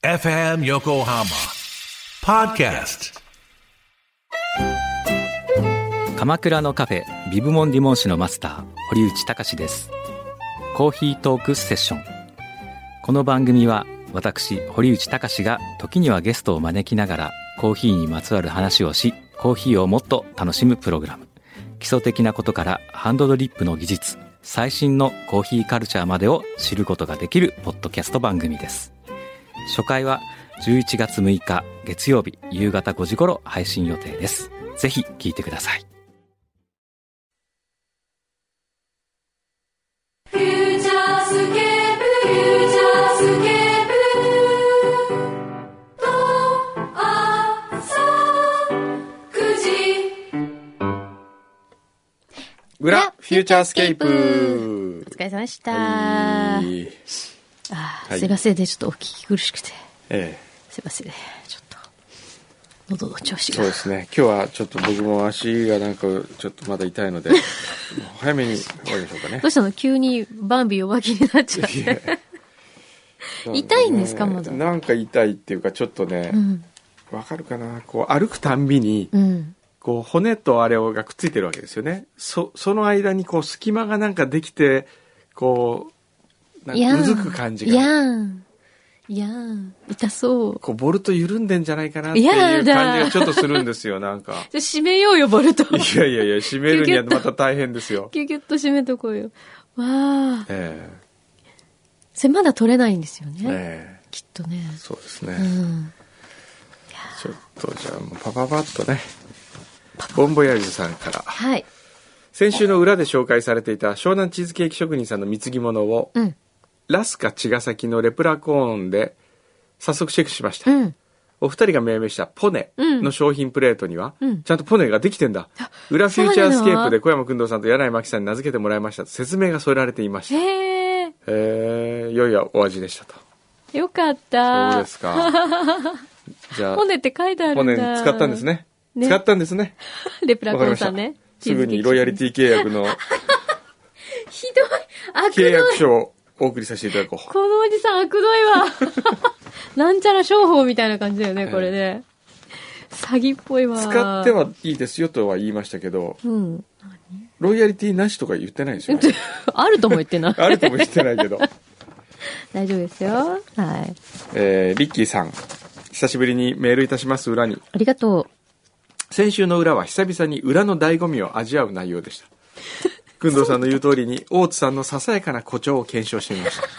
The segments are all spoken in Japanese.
FM Yokohama Podcast。 鎌倉のカフェビブモンディモン市のマスター堀内隆です。コーヒートークセッション。この番組は私堀内隆が時にはゲストを招きながらコーヒーにまつわる話をし、コーヒーをもっと楽しむプログラム。基礎的なことからハンドドリップの技術、最新のコーヒーカルチャーまでを知ることができるポッドキャスト番組です。初回は11月6日月曜日夕方5時頃配信予定です。ぜひ聞いてください。 フューチャースケープ、フューチャースケープと朝9時裏フューチャースケープ。 お疲れ様でした。 はいすいませんね、ちょっとお聞き苦しくて。 えすいませんね、ちょっと喉の調子が。 そうですね。今日はちょっと僕も足がなんかちょっとまだ痛いので早めに終わりましょうかね。 どうしたの？急にバンビ弱気になっちゃって。痛いんですか、まだ。 なんか痛いっていうかちょっとね、わかるかな。こう歩くたんびに、こう骨とあれがくっついてるわけですよね。その間にこう隙間がなんかできて、こうなんかうずく感じが。 いやん痛そう。 こうボルト緩んでんじゃないかなっていう感じがちょっとするんですよ。なんか。 じゃ閉めようよ、ボルト。 いや閉めるにはまた大変ですよ。 ギュギュッと閉めとこうよ。わあ。それまだ取れないんですよね。きっとね。 そうですね。ちょっとじゃあもうパパッとね。ボンボヤージュさんから。 はい。 先週の裏で紹介されていた湘南チーズケーキ職人さんの貢ぎ物を、ラスカ茅ヶ崎のレプラコーンで早速チェックしました。お二人が命名したポネの商品プレートには、ちゃんとポネができてんだ。裏フューチャースケープで小山君堂さんと柳井真紀さんに名付けてもらいましたと説明が添えられていました。良いお味でしたと。 よかった。 そうですか。じゃあポネって書いてあるんだ。 ポネ使ったんですね。使ったんですね。 レプラコーンさんね。 すぐにロイヤリティ契約のひどい。悪どい。 契約書をお送りさせていただこう。 このおじさん悪どいわ。なんちゃら商法みたいな感じだよね、これね。詐欺っぽいわ。 使ってはいいですよとは言いましたけど、ロイヤリティなしとか言ってないですよね。 あるとも言ってない。 あるとも言ってないけど。 大丈夫ですよ。はい。 リッキーさん、久しぶりにメールいたします裏に。 ありがとう。 先週の裏は久々に裏の醍醐味を味わう内容でした。工藤さんの言う通りに大津さんのささやかな誇張を検証してみました。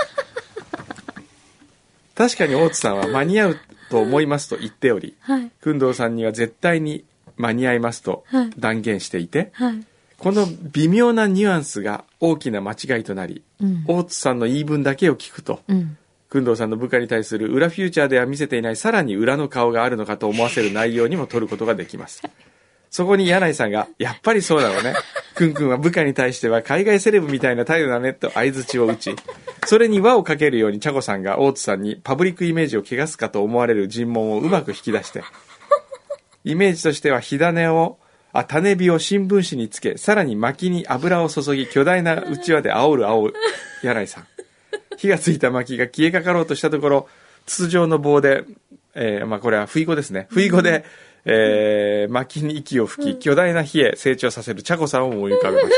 確かに大津さんは間に合うと思いますと言っており、工藤さんには絶対に間に合いますと断言していて、この微妙なニュアンスが大きな間違いとなり、大津さんの言い分だけを聞くと、工藤さんの部下に対する裏フューチャーでは見せていないさらに裏の顔があるのかと思わせる内容にも取ることができます。そこに柳井さんがやっぱりそうだろうね、くんくんは部下に対しては海外セレブみたいな態度だねと相槌を打ち、それに輪をかけるように茶子さんが大津さんにパブリックイメージを汚すかと思われる尋問をうまく引き出して、イメージとしては種火を新聞紙につけ、さらに薪に油を注ぎ巨大なうちわで煽る柳井さん。火がついた薪が消えかかろうとしたところ、筒状の棒で、これは不意語ですね。不意語で、薪に息を吹き、巨大な火へ成長させる茶子さんを思い浮かべました。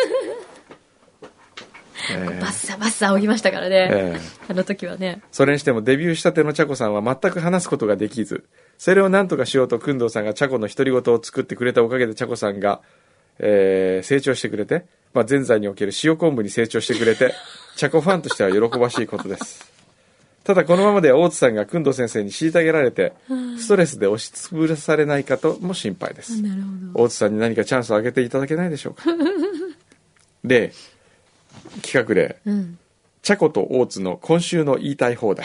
バッサバッサ仰ぎましたからね。あの時はね。 それにしてもデビューしたての茶子さんは全く話すことができず、それを何とかしようと工藤さんが茶子の独り言を作ってくれたおかげで茶子さんが、成長してくれて、ぜんざいにおける塩昆布に成長してくれて、茶子ファンとしては喜ばしいことです。ただこのままでは大津さんが工藤先生に虐げられて、ストレスで押しつぶされないかとも心配です。大津さんに何かチャンスをあげていただけないでしょうか。で、企画例、茶子と大津の今週の言いたい放題。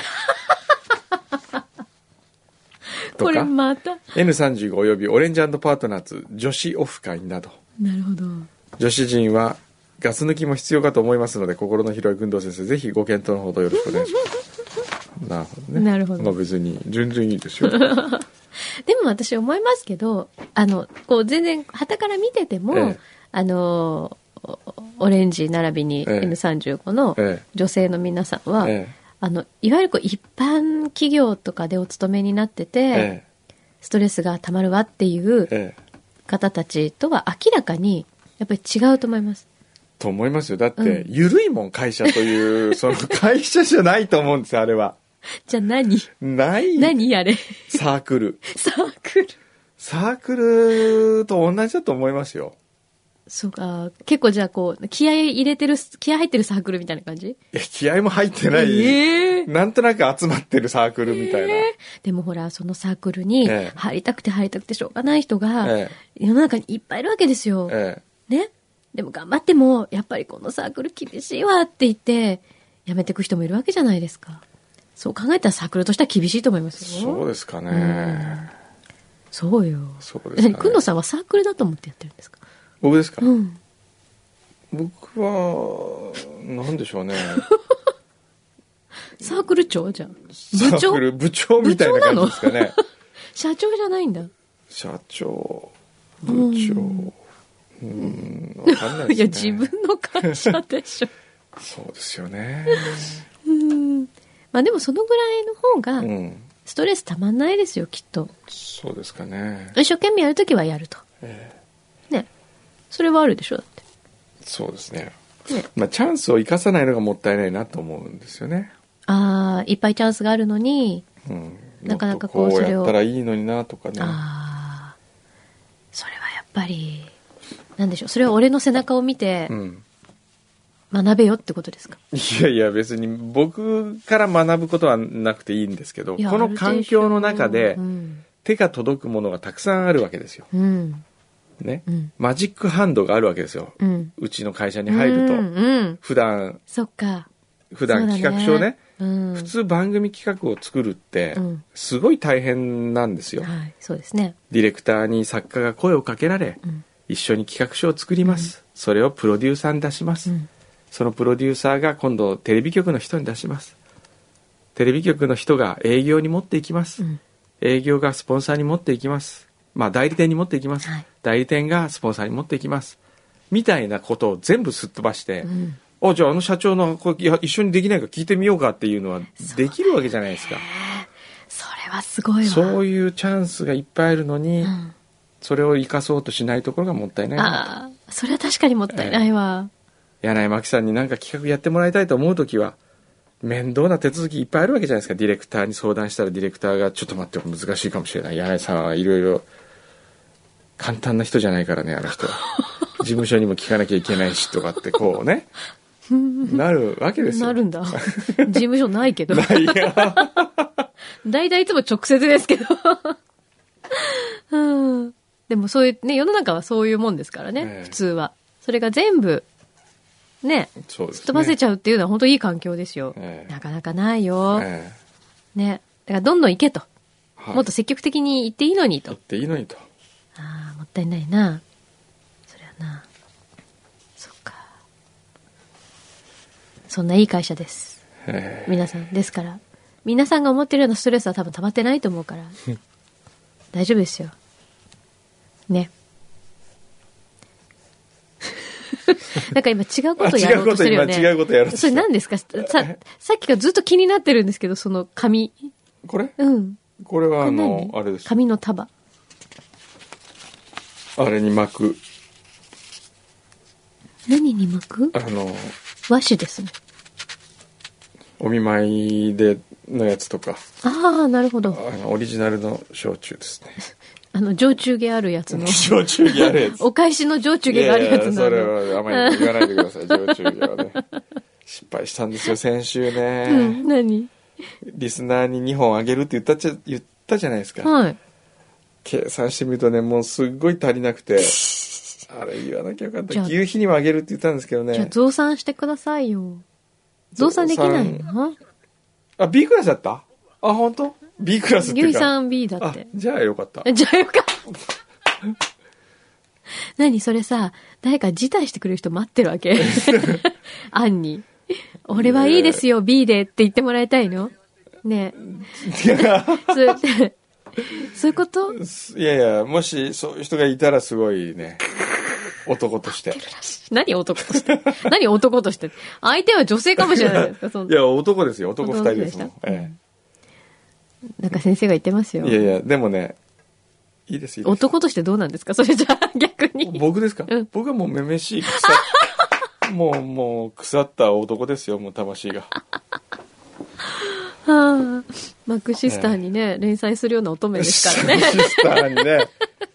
これまた N35 およびオレンジ&パートナーズ女子オフ会など。 なるほど。 女子陣はガス抜きも必要かと思いますので、心の広い工藤先生、ぜひご検討のほどよろしくお願いします。なるほどね。なるほど。別に全然いいですよ。でも私思いますけど、こう全然傍から見てても、オレンジ並びに N35 の女性の皆さんは、 いわゆる一般企業とかでお勤めになってて、ストレスがたまるわっていう方たちとは明らかにやっぱり違うと思います。 と思いますよ。だって、緩いもん会社という、その会社じゃないと思うんですよ、あれは。 じゃあ何あれ。 サークル。 サークルと同じだと思いますよ。 そうか。結構じゃあ気合入ってるサークルみたいな感じ？ 気合も入ってない。なんとなく集まってるサークルみたいな。 でもほら、そのサークルに入りたくてしょうがない人が、世の中にいっぱいいるわけですよ。ね。でも頑張っても、やっぱりこのサークル厳しいわって言って、辞めていく人もいるわけじゃないですか。そう考えたらサークルとしては厳しいと思いますよ。 そうですかね。 そうよ。 そうですかね。 くんのさんはサークルだと思ってやってるんですか？ 僕ですか？僕は、なんでしょうね。 サークル長じゃん。 部長みたいな感じですかね。 社長じゃないんだ。 社長、部長。わかんないですね。 いや、自分の会社でしょ。 そうですよね。 まあでもそのぐらいの方が、ストレスたまんないですよ、きっと。 そうですかね。 一生懸命やるときはやると。ね。それはあるでしょ、だって。 そうですね。まあチャンスを生かさないのがもったいないなと思うんですよね。 いっぱいチャンスがあるのに、なかなかそれを。 こうやったらいいのになとかね。 それはやっぱり、なんでしょう。それは俺の背中を見て、学べよってことですか？ いやいや、別に僕から学ぶことはなくていいんですけど、この環境の中で手が届くものがたくさんあるわけですよ。ね、マジックハンドがあるわけですよ。うちの会社に入ると。普段企画書ね。普通番組企画を作るってすごい大変なんですよ。 そうですね。 ディレクターに作家が声をかけられ、一緒に企画書を作ります。それをプロデューサーに出します。そのプロデューサーが今度テレビ局の人に出します。テレビ局の人が営業に持っていきます。営業がスポンサーに持っていきます。まあ代理店に持っていきます。代理店がスポンサーに持っていきます。みたいなことを全部すっ飛ばして、じゃあ社長の一緒にできないか聞いてみようかっていうのはできるわけじゃないですか。 それはすごいわ。 そういうチャンスがいっぱいあるのに、それを生かそうとしないところがもったいないなと。 それは確かにもったいないわ。 柳井真紀さんに何か企画やってもらいたいと思うときは、面倒な手続きいっぱいあるわけじゃないですか。ディレクターに相談したらディレクターがちょっと待って難しいかもしれない。柳井さんはいろいろ簡単な人じゃないからね、あの人は。事務所にも聞かなきゃいけないしとかってこうね。なるわけですよ。 なるんだ。事務所ないけど。 ないや。 大体いつも直接ですけど。でもそういうね、世の中はそういうもんですからね、普通は。それが全部、ね、すっ飛ばせちゃうっていうのは本当いい環境ですよ。なかなかないよ。ね。だからどんどん行けと。もっと積極的に行っていいのにと。 行っていいのにと。 もったいないな。そりゃな。そっか。そんないい会社です。皆さん。ですから、皆さんが思ってるようなストレスは多分溜まってないと思うから。大丈夫ですよ。ね。なんか今違うことやろうとしてるよね。 違うことやろうとしてる。 それ何ですか？さっきからずっと気になってるんですけど、その紙。 これ？これはあれです。 紙の束。 あれに巻く。 何に巻く？和紙ですね。 お見舞いでのやつとか。 なるほど。 オリジナルの焼酎ですね。 上中下あるやつの。 上中下あるやつ。 お返しの上中下があるやつそれはあまり言わないでください、上中下はね。失敗したんですよ、先週ね。 何？ リスナーに2本あげるって言ったじゃないですか。 はい。 計算してみるとね、もうすっごい足りなくて。あれ言わなきゃよかった。牛皮にもあげるって言ったんですけどね。 じゃあ増産してくださいよ。増産できないの ？B クラスだった？本当？B クラスっていうか。 牛さん B だって。 じゃあよかった。 じゃあよかった。何それさ、誰か辞退してくれる人待ってるわけ？案に。俺はいいですよ、B でって言ってもらいたいの？ねえ。そういうこと？ いやいや、もしそういう人がいたらすごいね。 男として。 何男として何男として相手は女性かもしれないですか。 いや、男ですよ。男2人ですもん。 なんか先生が言ってますよ。 いやいや、でもね、いいですよ。 男としてどうなんですかそれじゃあ、逆に。 僕ですか、僕はもうめめしいもう腐った男ですよ、もう魂が。 はあ、マックシスターにね、連載するような乙女ですからね。 マックシスターにね。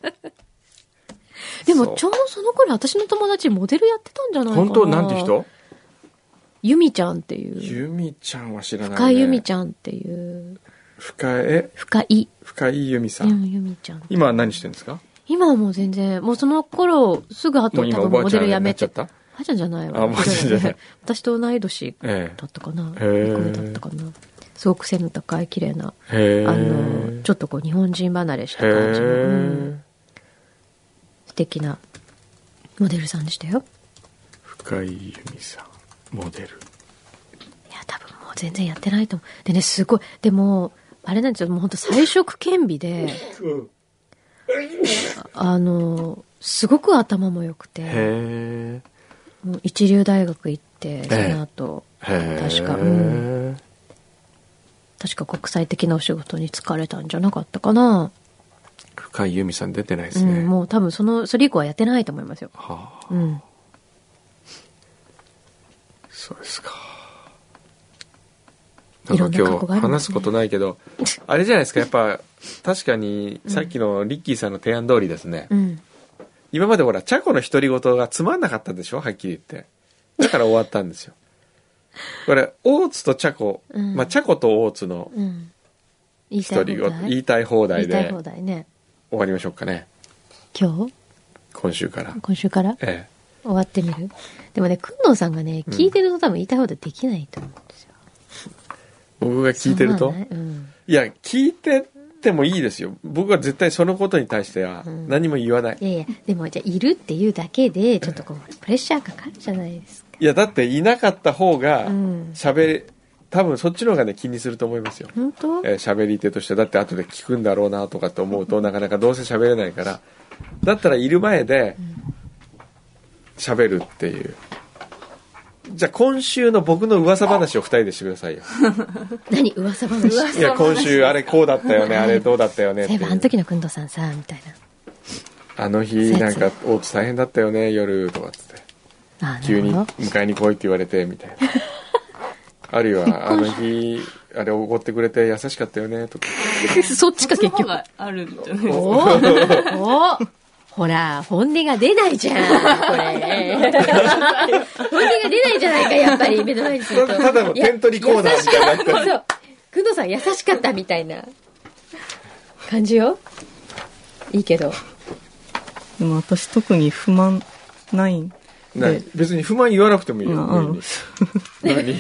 でもちょうどその頃私の友達モデルやってたんじゃないかな。 本当？なんて人？ ゆみちゃんっていう。 ゆみちゃんは知らないね。 深井ゆみちゃんっていう。深井ゆみさん。 ゆみちゃん。 今は何してるんですか？ 今はもう全然、もうその頃、すぐ後多分モデルやめて。 おばあちゃんじゃないわ。 あ、もうじゃない。 私と同い年だったかな。2個目だったかな。すごく背の高い綺麗な、ちょっとこう日本人離れした感じの、素敵なモデルさんでしたよ。 深井由美さん、モデル。いや、多分もう全然やってないと思う。でね、すごい、でも、あれなんですよ、もう本当才色兼備で、すごく頭も良くて、もう一流大学行って、その後、確か国際的なお仕事に就かれたんじゃなかったかな。 深井由美さん出てないですね。 もう多分それ以降はやってないと思いますよ。 そうですか。なんか今日話すことないけど、あれじゃないですか、やっぱ確かにさっきのリッキーさんの提案通りですね。今までほら、チャコの独り言がつまんなかったでしょ、はっきり言って。だから終わったんですよ。これ、大津とチャコ、まあ、チャコと大津の独り言、言いたい放題で、終わりましょうかね。今週から。終わってみる。でもね、くんのうさんがね、聞いてると多分言いたい放題できないと思うんですよ。 僕が聞いてると、いや、聞いててもいいですよ。僕は絶対そのことに対しては何も言わない。 いやいや、でもじゃあいるっていうだけで、ちょっとこう、プレッシャーかかるじゃないですか。 いや、だっていなかった方が多分そっちの方がね、気にすると思いますよ。 本当？ 喋り手として。だって後で聞くんだろうなとかって思うと、なかなかどうせ喋れないから。だったらいる前で喋るっていう。じゃあ今週の僕の噂話を2人でしてくださいよ。 何噂話？ いや、今週あれこうだったよね、あれどうだったよねっていう。 そういえばあの時のくんどさんさ、みたいな。 あの日なんか大津大変だったよね、夜とかっつって。急に迎えに来いって言われてみたいな。あるいはあの日あれおごってくれて優しかったよねとか。 そっちか結局。 あるんじゃないですか。 ほら、本音が出ないじゃん、これ。本音が出ないじゃないか、やっぱり、目の前にすると。 ただの点取りコーナーみたいになって。 そう。くんどさん優しかったみたいな感じよ。いいけど。 でも私特に不満ないんで。 別に不満言わなくてもいいよ。何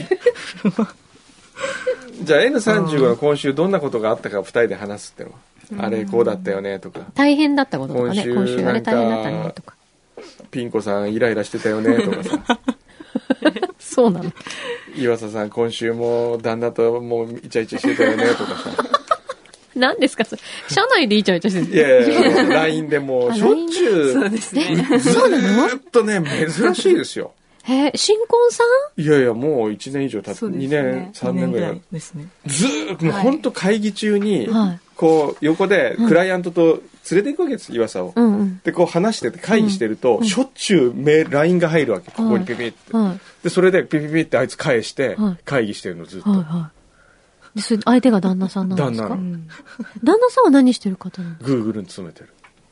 じゃあ N35 の今週どんなことがあったか2人で話すってのは。あれこうだったよねとか。 大変だったこととかね。今週あれ大変だったねとか。 ピン子さんイライラしてたよねとかさ。 そうなの。 岩佐さん今週も旦那ともうイチャイチャしてたよねとかさ。 何ですかそれ。社内でイチャイチャしてる。 いや LINE でもうしょっちゅう。 そうですね。 そうなの？ ずっとね珍しいですよ。 新婚さん？ いやいやもう1年以上経って2年3年ぐらいですね。 ずーっともう本当会議中にこう横でクライアントと連れていくわけです岩佐を。でこう話してて会議してるとしょっちゅうLINE が入るわけ。ここにピピって。でそれでピピピってあいつ返して会議してるのずっと。 でそれ相手が旦那さんなんですか？ 旦那さんは何してる方なんですか ？Google に勤めてる。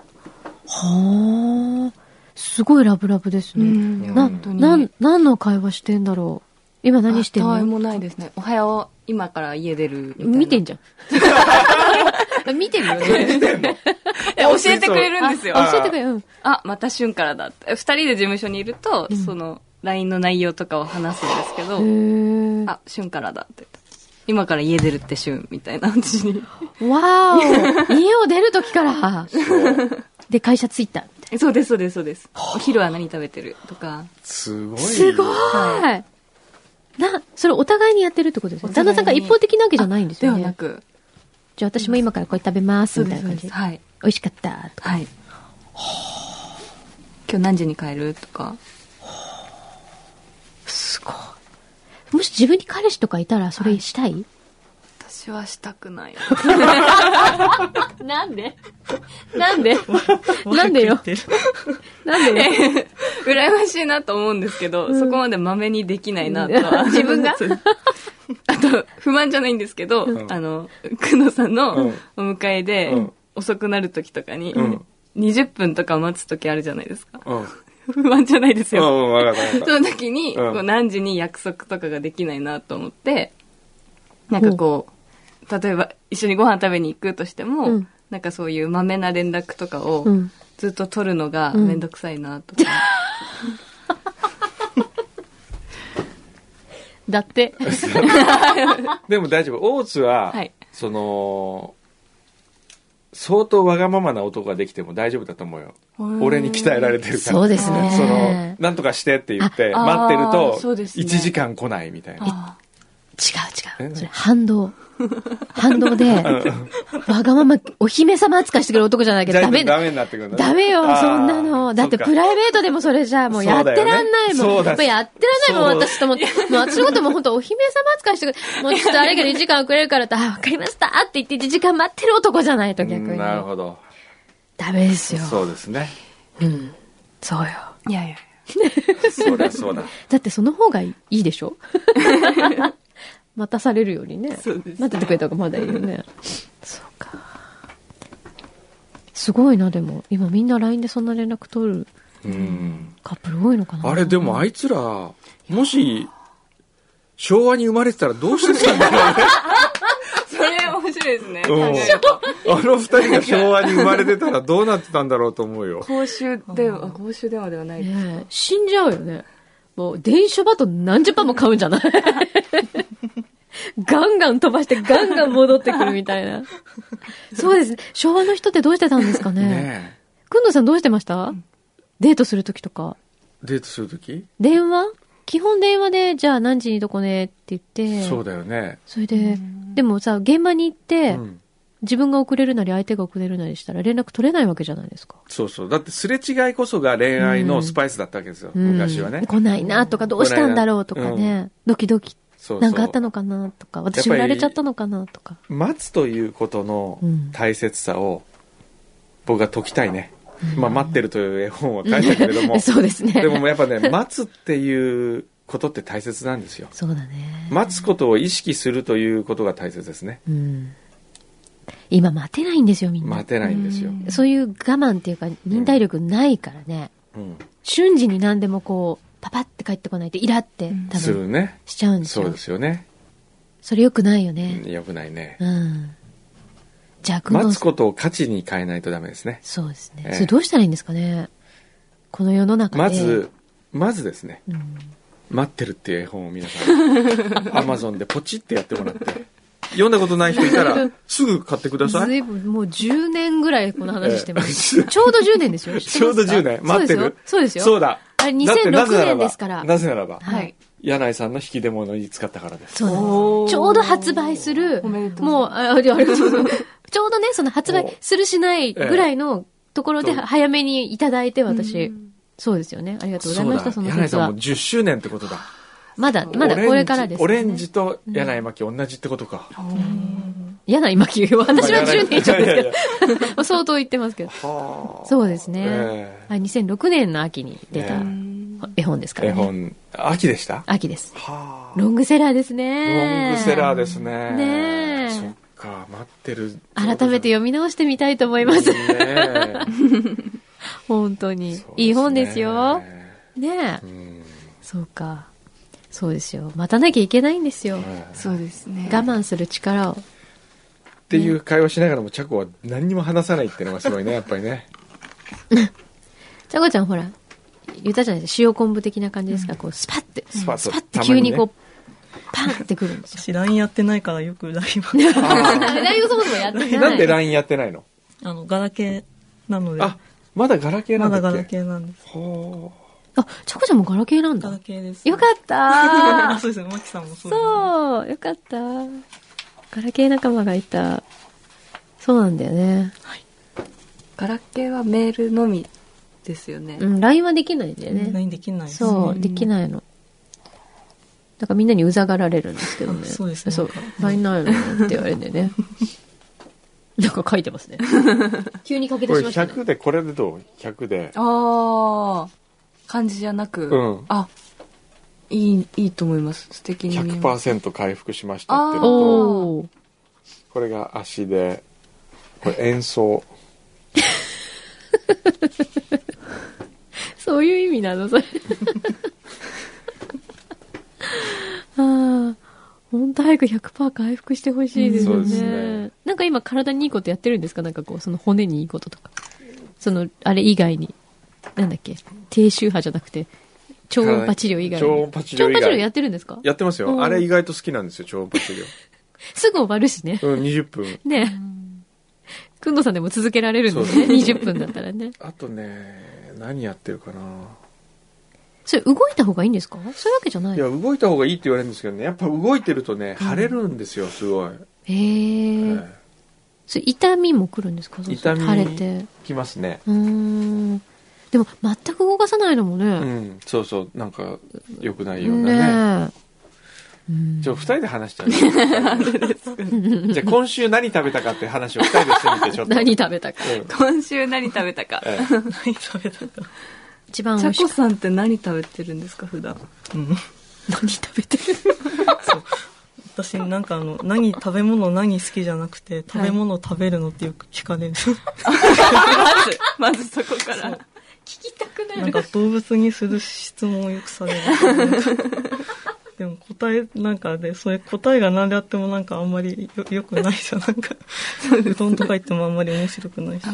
はあ。すごいラブラブですね。何の会話してんだろう。今何してんの？ たわいもないですね。おはよう、今から家出るみたいな。 見てんじゃん。見てるよね。 教えてくれるんですよ。 教えてくれる。 あ、また旬からだって。2人で事務所にいると、その LINE の内容とかを話すんですけど、あ、旬からだって言って。今から家出るって旬みたいな私に。 わーお。家を出る時から。で、会社着いた。 そうです。お昼は何食べてるとか。 すごい。 それお互いにやってるってことですよね。旦那さんが一方的なわけじゃないんですよね。 ではなく。 じゃあ私も今からこれ食べますみたいな感じ。はい。美味しかったとか。 はい。 今日何時に帰るとか。 すごい。もし自分に彼氏とかいたらそれしたい？ 私はしたくない。 なんでなんでなんでよ。なんでよ。 羨ましいなと思うんですけど、そこまでまめにできないなとは。 自分があと、不満じゃないんですけど、工藤さんのお迎えで遅くなる時とかに、20分とか待つ時あるじゃないですか。不満じゃないですよ。その時に、こう何時に約束とかができないなと思って、なんかこう、例えば一緒にご飯食べに行くとしても、なんかそういうまめな連絡とかをずっと取るのがめんどくさいなとか。 だって。 でも大丈夫。大津は、その、相当わがままな男ができても大丈夫だと思うよ。俺に鍛えられてるから。 そうですね。 その、なんとかしてって言って、待ってると、1時間来ないみたいな。 違う。それ反動。反動で、わがまま、お姫様扱いしてくる男じゃないけど、ダメになってくるんだ。 ダメよ、そんなの。だってプライベートでもそれじゃもうやってらんないもん。やってらんないもん、私とも。もう私のことも本当お姫様扱いしてくる。もうちょっとあれが2時間遅れるからって、わかりましたって言って1時間待ってる男じゃないと逆に。 なるほど。 ダメですよ。 そうですね。 そうよ。 いやいや。 そりゃそうだ。 だってその方がいいでしょ待たされるよりね。 そうです。 待っててくれた方がまだいいよね。そうか。すごいな、でも。今みんな LINE でそんな連絡取るカップル多いのかな。 あれ、でもあいつら、もし、昭和に生まれてたらどうしてたんだろうね。 それ面白いですね。 あの二人が昭和に生まれてたらどうなってたんだろうと思うよ。 公衆電話ではないです。 死んじゃうよね。もう電書バトン何十パも買うんじゃないガンガン飛ばしてガンガン戻ってくるみたいな。そうですね。昭和の人ってどうしてたんですかね。くんどさんどうしてました？デートするときとか。 デートするとき？ 電話？基本電話で、じゃあ何時にどこねって言って。 そうだよね。 それで、でもさ、現場に行って、自分が遅れるなり相手が遅れるなりしたら連絡取れないわけじゃないですか。 そうそう。だってすれ違いこそが恋愛のスパイスだったわけですよ。昔はね。 来ないなとかどうしたんだろうとかね。ドキドキ。なんかあったのかなとか、私振られちゃったのかなとか。 待つということの大切さを僕は解きたいね。待ってるという絵本は書いたけれども。 そうですね。 でもやっぱね、待つっていうことって大切なんですよ。 そうだね。 待つことを意識するということが大切ですね。 今待てないんですよ、みんな。 待てないんですよ。 そういう我慢っていうか忍耐力ないからね。瞬時に何でもこう、パパって帰ってこないとイラって多分するね。しちゃうんですよ。 そうですよね。 それ良くないよね。 良くないね。 じゃあ待つことを価値に変えないとダメですね。 そうですね。それどうしたらいいんですかね。この世の中で。 まずですね。待ってるっていう絵本を皆さん、アマゾンでポチってやってもらって。読んだことない人いたら、すぐ買ってください。 ずいぶん、もう10年ぐらいこの話してます。ちょうど10年ですよ。 ちょうど10年。待ってる。 そうですよ。 そうだ。 あれ2006年ですから。 なぜならば。 はい。 柳井さんの引き出物に使ったからです。 そうなんです。ちょうど発売する、もう、ありがとうございます。ちょうどね、その発売するしないぐらいのところで早めにいただいて、私。そうですよね。ありがとうございました、その柳井さんも10周年ってことだ。 まだこれからです、ね。 オレンジと柳井真紀同じってことか。 柳井真紀、私は10年以上ですけど、相当言ってますけど。そうですね。2006年の秋に出た絵本ですからね。 絵本、秋でした？ 秋です。ロングセラーですね。 ロングセラーですね。 ねえ。 そっか、待ってる。 改めて読み直してみたいと思います。本当に。いい本ですよ。ねえ。そうか。そうですよ。待たなきゃいけないんですよ。 そうですね。 我慢する力を。 っていう会話しながらも、チャコは何にも話さないっていうのがすごいね、やっぱりね。 チャコちゃんほら、言ったじゃないですか、塩昆布的な感じですか、こう、スパッて急にこう、パンってくるんですよ。 私 LINE やってないからよく LINE は。 LINE をそもそもやってない。 なんで LINE やってないの？ ガラケーなので。 あ、まだガラケーなんだっけ？ まだガラケーなんです。 あ、チャコちゃんもガラケーなんだ。 ガラケーです。 よかったー。 そうですね、マキさんもそうですね。 そう、よかったー。ガラケー仲間がいた。そうなんだよね。 はい。ガラケーはメールのみですよね。 うん、LINE はできないんだよね。 LINE できないですね。 そう、できないの。だからみんなにうざがられるんですけどね。 そうですね。 そう、LINE ないのって言われるんでね。なんか書いてますね。急に書き出しましたね。 これ100で、これでどう ?100 で。 ああ、漢字じゃなく。 うん。 あ、いいと思います。素敵に見えます。 100% 回復しましたっていうのと、これが足で、これ演奏。 そういう意味なのそれ。ああ、本当早く 100% 回復してほしいですよね。そうですね。なんか今体にいいことやってるんですか？なんかこう、その骨にいいこととか。その、あれ以外に。なんだっけ？低周波じゃなくて、超音波治療以外に。 超音波治療やってるんですか？ やってますよ。あれ意外と好きなんですよ、超音波治療。 すぐ終わるしね。 うん、20分。 ね。くんどさんでも続けられるんですね。20分だったらね。 あとね、何やってるかな。 それ動いた方がいいんですか？そういうわけじゃない。 いや、動いた方がいいって言われるんですけどね、やっぱ動いてるとね、腫れるんですよ、すごい。 へえ。それ痛みも来るんですか？ 痛み腫れて。 きますね。 でも全く動かさないのもね。 うん、そうそう、なんか良くないようなね。二人で話しちゃう。じゃあ今週何食べたかって話を二人でしてみてちょっと。 何食べたか。 今週何食べたか。 何食べたか。 一番美味しい。 ちゃこさんって何食べてるんですか普段。 何食べてる？ そう私なんか食べ物何好きじゃなくて、食べ物食べるのってよく聞かれる。 まずそこから。 聞きたくなる。 なんか動物にする質問をよくされる。でも答えなんかで、それ答えが何であってもなんかあんまりよくないじゃん。なんかうどんとか言ってもあんまり面白くないし。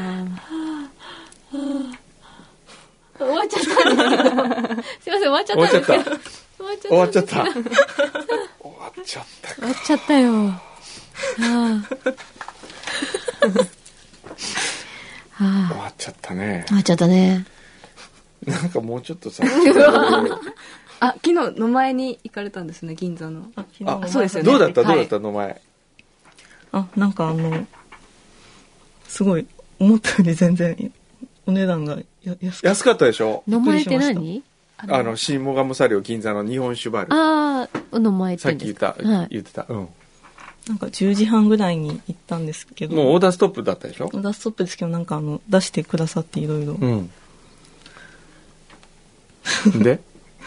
終わっちゃった。すいません、終わっちゃったんですけど。 終わっちゃった。終わっちゃったか。 終わっちゃったよ。 終わっちゃったね。 終わっちゃったね。 なんかもうちょっとさ。 あ、昨日野前に行かれたんですね、銀座の。 あ、 そうですよね。 どうだった野前。 なんかすごい思ったより全然お値段が安かったでしょ？ 野前って何？ 新モガムサリオ銀座の日本酒バル。 ああ、野前ってさっき言ってた。うん。 なんか10時半ぐらいに行ったんですけど。 もうオーダーストップだったでしょ？ オーダーストップですけど、なんか出してくださっていろいろ。 うん。で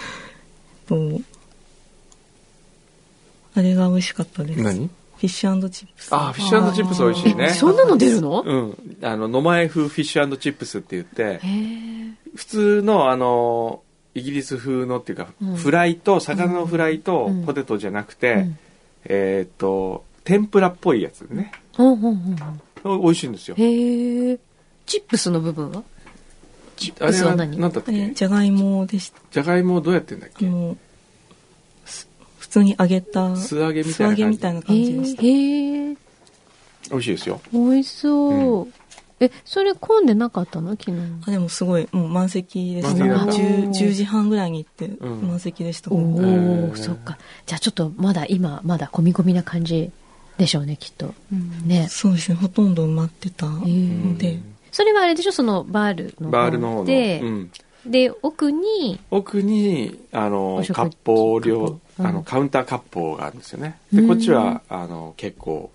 あれが美味しかったです。 何？ フィッシュ&チップス。 あ、フィッシュ&チップス美味しいね。 そんなの出るの？ うん。野前風フィッシュ&チップスって言って、普通のイギリス風のっていうか、フライと、魚のフライとポテトじゃなくて、天ぷらっぽいやつね。美味しいんですよ。 へえ。チップスの部分は？チップスは何？ 何だったっけ？ じゃがいもでした。 じゃがいもどうやってんだっけ？ 普通に揚げた素揚げみたいな感じでした。 へえ。 美味しいですよ。 美味しそう。それ混んでなかったの？昨日。 でもすごいもう満席でした。10時半ぐらいに行って満席でした。 おお、そっか。じゃあちょっとまだ混み込みな感じでしょうね、きっと。ね。 そうですね。ほとんど埋まってたので。 それはあれでしょ、そのバールの方で。で、奥に割烹料、カウンター割烹があるんですよね。で、こっちは結構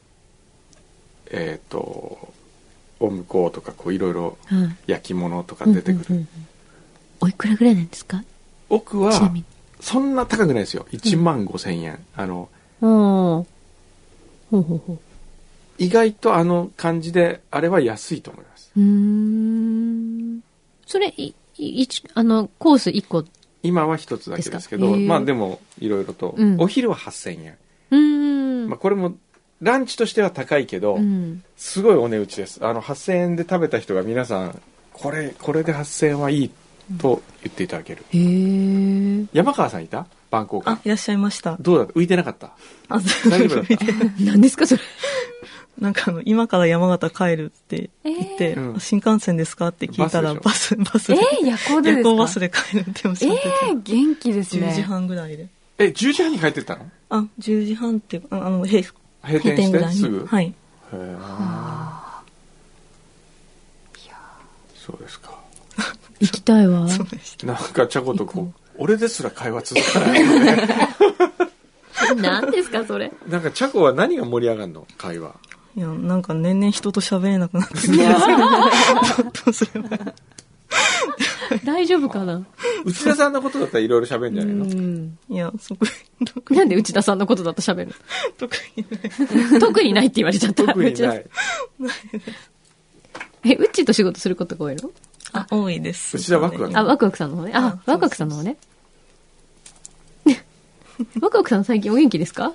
お向こうとかいろいろ焼き物とか出てくる。 おいくらぐらいなんですか？ 奥はそんな高くないですよ。15,000円。意外と感じであれは安いと思います。 それコース1個今は1つだけですけど、まあでもいろいろと、お昼は8,000円。まあこれもランチとしては高いけど、すごいお値打ちです。8,000円で食べた人が皆さんこれで8,000円はいいと言っていただける。山川さんいた？バンコク。 いらっしゃいました。 どうだった？浮いてなかった？大丈夫だった？ 何ですかそれ？ なんか今から山形帰るって言って、新幹線ですかって聞いたらバスで。 夜行でですか？夜行バスで帰るっておっしゃってて。 元気ですね。 10時半ぐらいで。 10時半に帰ってったの ？10時半って閉店ぐらいにすぐ？ はい。 へえ。そうですか。 行きたいわ。 なんかちゃことこう、俺ですら会話続かないよね。 何ですかそれ。 なんかちゃこは何が盛り上がるの会話。 いや、なんか年々人と喋れなくなってくるんですよ。ちょっとそれは。 大丈夫かな。 内田さんのことだったらいろいろ喋るんじゃないの？ いや、 なんで内田さんのことだと喋る特にない。 特にないって言われちゃった。 特にない。 うっちーと仕事することが多いの？ あ、多いです。 内田ワクワク。 ワクワクさんの方ね。ワクワクさんの方ね。ワクワクさん最近お元気ですか？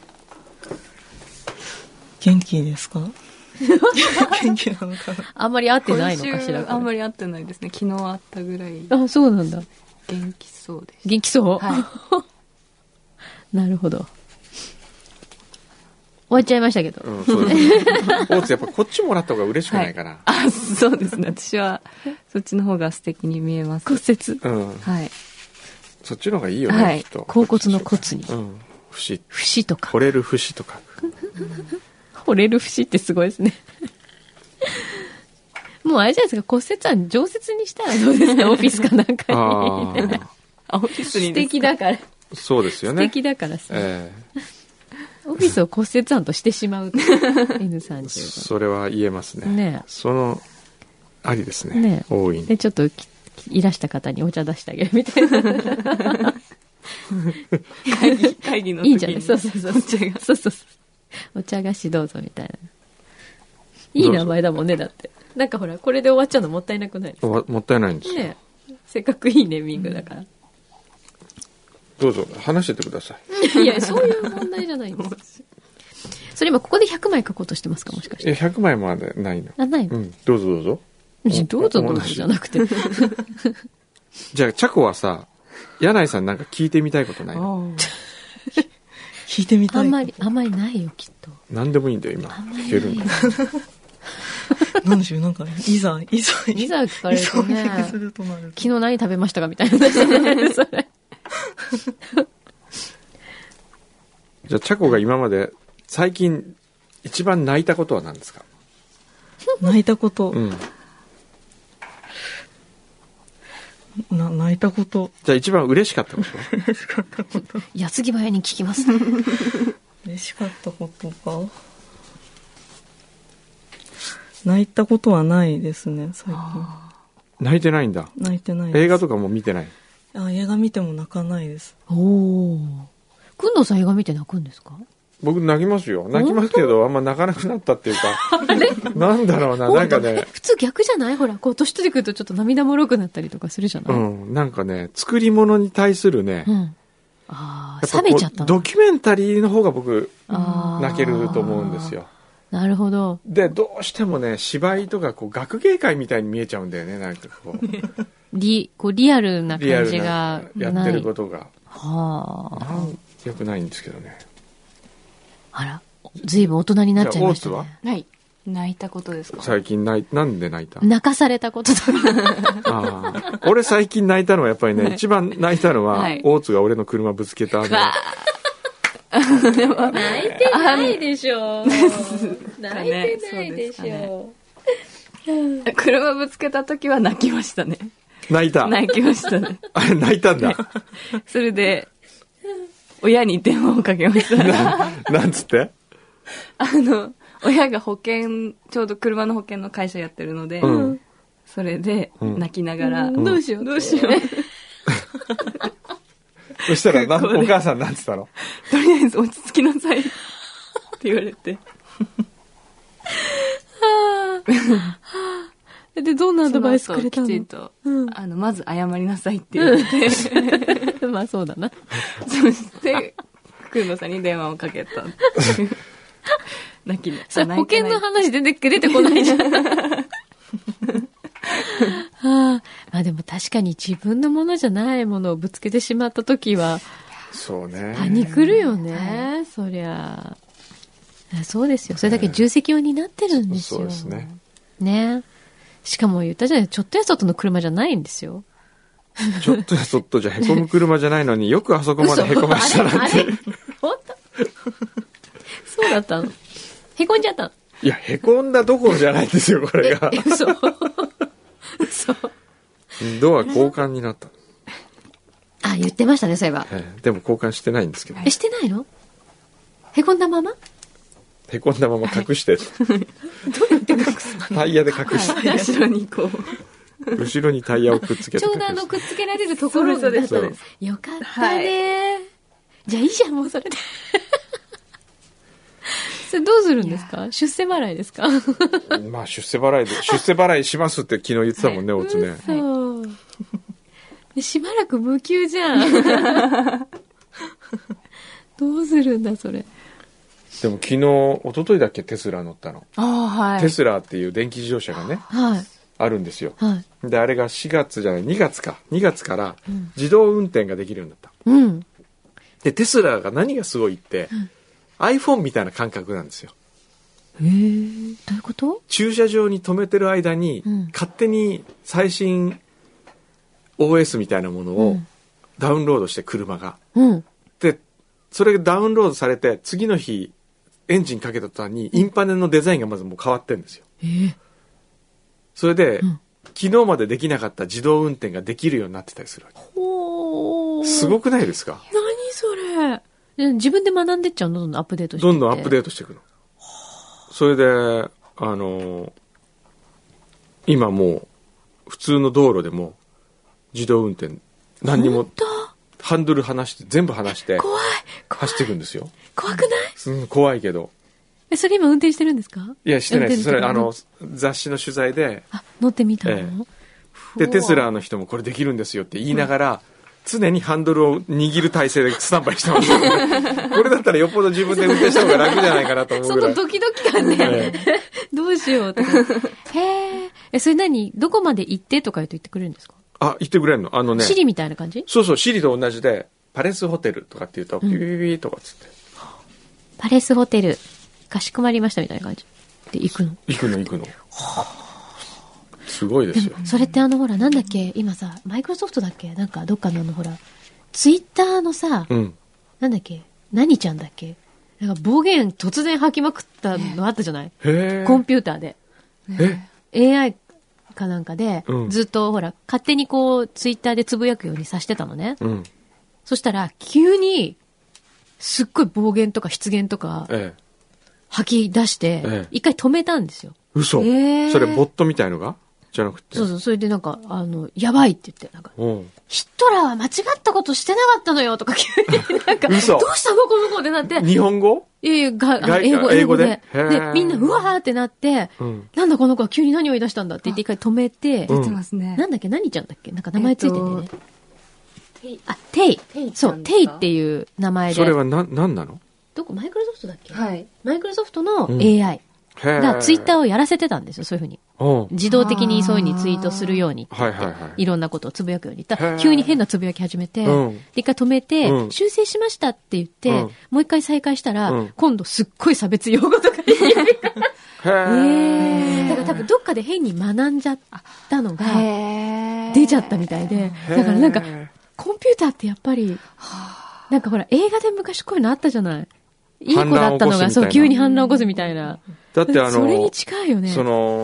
元気ですか？元気なのかな。 あんまり会ってないのかしら。 あんまり会ってないですね。昨日会ったぐらい。 あ、そうなんだ。 元気そうです。 元気そう？ はい。 なるほど。終わっちゃいましたけど。 そうですね。大津やっぱこっちもらった方が嬉しくないかな。 はい、そうですね。私はそっちの方が素敵に見えます。 骨折。 はい。 そっちの方がいいよね、きっと。 甲骨の骨に。 節。 節とか。 惚れる節とか。 惚れる節ってすごいですね。もうあれじゃないですか、骨折は常設にしたらどうですか、オフィスかなんかに。 オフィスに素敵だから。 そうですよね。 素敵だからさ。オフィスを骨折案としてしまう。N35。 それは言えますね。 ね。 その、ありですね。ね。大いに。 で、ちょっといらした方にお茶出してあげるみたいな。 会議の時に。 いいんじゃない？そうそうそう。そうそう。お茶菓子どうぞみたいな。いい名前だもんね、だって。なんかほら、これで終わっちゃうのもったいなくないですか？ もったいないんですよ。 ね。せっかくいいネーミングだから。 どうぞ、話しててください。いや、そういう問題じゃないんです。それ今ここで100枚書こうとしてますか、もしかして。 100枚までないの。 あ、ないの？ どうぞどうぞ。 どうぞどうぞじゃなくて。 じゃあ、チャコはさ、柳井さんなんか聞いてみたいことないの？ 聞いてみたい。 あんまりないよ、きっと。 何でもいいんだよ、今。聞けるんだよ。 なんでしょう、なんか、いざ聞かれるとね、昨日何食べましたかみたいな。それ。 じゃあ、チャコが今まで、最近、一番泣いたことは何ですか？ 泣いたこと。泣いたこと。 じゃあ一番嬉しかったこと？ 嬉しかったこと。 矢継ぎ早に聞きます。 嬉しかったことか。泣いたことはないですね、最近。 泣いてないんだ。 泣いてないです。 映画とかも見てない？ 映画見ても泣かないです。 おー。くんどうさん映画見て泣くんですか？ 僕泣きますよ。泣きますけど、あんま泣かなくなったっていうか。なんだろうな、なんかね。 普通逆じゃない？ほら、こう年取ってくるとちょっと涙もろくなったりとかするじゃない？ なんかね、作り物に対するね。 冷めちゃったの？ ドキュメンタリーの方が僕、泣けると思うんですよ。 なるほど。 で、どうしてもね、芝居とかこう学芸会みたいに見えちゃうんだよね、なんかこう。 リアルな感じがやってることが。 よくないんですけどね。 あら、ずいぶん大人になっちゃいましたね。 はい。泣いたことですか？ 最近なんで泣いた？ 泣かされたことだ。 俺最近泣いたのはやっぱりね、一番泣いたのは、大津が俺の車ぶつけた。 泣いてないでしょ。泣いてないでしょ。 車ぶつけた時は泣きましたね。 泣きましたね。 あれ泣いたんだ。 それで、親に電話をかけました。 なんつって？ 親がちょうど車の保険の会社やってるので、それで泣きながら、 どうしよう。 そしたらお母さんなんつったの？ とりあえず落ち着きなさいって言われて。 で、どんなアドバイスくれたの？ きちんと、まず謝りなさいって言って。 まあそうだな。 そして、くんのさんに電話をかけた。泣き保険の話出てこないじゃん。まあでも確かに自分のものじゃないものをぶつけてしまったときは、 そうね。 パニクるよね、そりゃ。そうですよ。それだけ重責を担ってるんですよ。 そうですね。 ね。しかも言ったじゃない、ちょっとやそっとの車じゃないんですよ。 ちょっとやそっとじゃへこむ車じゃないのによくあそこまでへこましたなって。 本当？そうだったの。へこんじゃったの。 いや、へこんだどころじゃないんですよ、これが。 嘘。 ドア交換になった。 あ、言ってましたね、そういえば。 でも交換してないんですけど。 してないの？へこんだまま隠して。どうやって隠すの？ タイヤで隠して。 後ろにこう。 後ろにタイヤをくっつけて。 ちょうどくっつけられるところだったです。よかったね。じゃあいいじゃん、もうそれで。それどうするんですか？出世払いですか？ まあ出世払いしますって昨日言ってたもんね、おつね。 そう。しばらく無給じゃん。どうするんだ、それ。 でも昨日、一昨日だっけ、テスラ乗ったの。 はい。 テスラっていう電気自動車がね、あるんですよ。で、あれが2月から自動運転ができるようになった。で、テスラが何がすごいって、iPhone みたいな感覚なんですよ。 どういうこと？ 駐車場に止めてる間に、勝手に最新 OS みたいなものをダウンロードして車が。で、それがダウンロードされて、次の日、エンジンかけた途端に、インパネルのデザインがまずもう変わってるんですよ。それで、昨日までできなかった自動運転ができるようになってたりするわけ。すごくないですか？ 何それ？自分で学んでっちゃうの？どんどんアップデートしていって。 どんどんアップデートしていくの。それで、今もう、普通の道路でも、自動運転、何にも、ハンドル離して、全部離して、走っていくんですよ。 怖くない？ 怖いけど。 それ今運転してるんですか？ いや、してないです。それ、雑誌の取材で。 乗ってみたの？ で、テスラの人もこれできるんですよって言いながら、常にハンドルを握る体勢でスタンバイしてます。これだったらよっぽど自分で運転した方が楽じゃないかなと思うぐらい。 そのドキドキ感ね。どうしようとか。それどこまで行ってとか言ってくれるんですか？ 言ってくれるの。 シリみたいな感じ？ そう、シリと同じで、パレスホテルとかって言うと、ピピピピとかっつって。 パレスホテル、かしこまりましたみたいな感じで行くの？行くの。すごいですよ。 それってほら、なんだっけ、今さ、マイクロソフトだっけ、なんかどっかのほら、ツイッターのさ、なんだっけ、何ちゃんだっけ、なんか暴言突然吐きまくったのあったじゃない？コンピューターで。AI かなんかで、ずっとほら、勝手にこう、ツイッターでつぶやくようにさしてたのね。そしたら、急に、すっごい暴言とか失言とか、吐き出して、一回止めたんですよ。 嘘。それボットみたいのがじゃなくて。 そう、それでなんか、やばいって言って、なんか、ヒットラーは間違ったことしてなかったのよとか急に、なんか、どうしたのこの子ってなって。 日本語？ 英語で。で、みんな、うわーってなって、なんだこの子は急に何を言い出したんだって言って一回止めて、 出てますね。 なんだっけ、何ちゃんだっけ、なんか名前ついててね。テイ。そう、テイっていう名前で。 それはなんなの？ どこ、マイクロソフトだっけ？ はい。 マイクロソフトの AI。がツイッターをやらせてたんですよ、そういうふうに。自動的にそういうふうにツイートするように。いろんなことをつぶやくように言ったら、急に変なつぶやき始めて、一回止めて、修正しましたって言って、もう一回再開したら、今度すっごい差別用語とか言ってるから。だから多分どっかで変に学んじゃったのが、出ちゃったみたいで。だからなんか、コンピューターってやっぱり、なんかほら、映画で昔こういうのあったじゃない。いい子だったのが、そう、急に反乱を起こすみたいな。 だってそれに近いよね。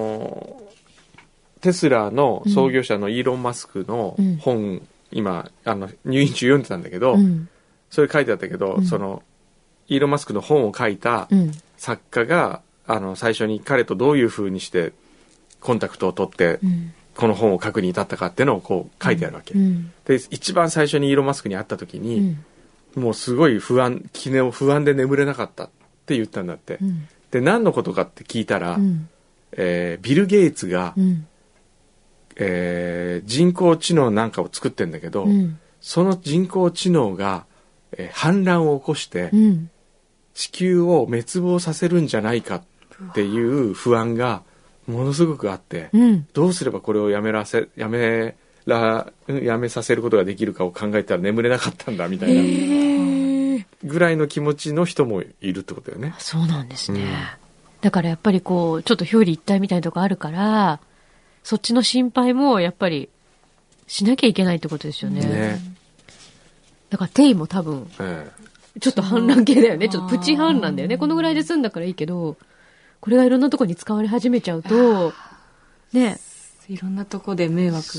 テスラの創業者のイーロン・マスクの本、今、入院中読んでたんだけど、それ書いてあったけど、イーロン・マスクの本を書いた作家が、最初に彼とどういう風にしてコンタクトを取って、この本を書くに至ったかっていうのをこう書いてあるわけ。で、一番最初にイーロン・マスクに会った時に、もうすごい不安で眠れなかったって言ったんだって。で、何のことかって聞いたら、ビル・ゲイツが、人工知能なんかを作ってんだけど、その人工知能が、反乱を起こして、地球を滅亡させるんじゃないかっていう不安がものすごくあって、どうすればこれをやめさせることができるかを考えたら眠れなかったんだみたいなぐらいの気持ちの人もいるってことだよね。 そうなんですね。だからやっぱりこうちょっと表裏一体みたいなとこあるから、そっちの心配もやっぱりしなきゃいけないってことですよね。だからテイも多分、ちょっと反乱系だよね。ちょっとプチ反乱だよね。このぐらいで済んだからいいけど、これがいろんなところに使われ始めちゃうと、ね、 いろんなとこで迷惑かかります。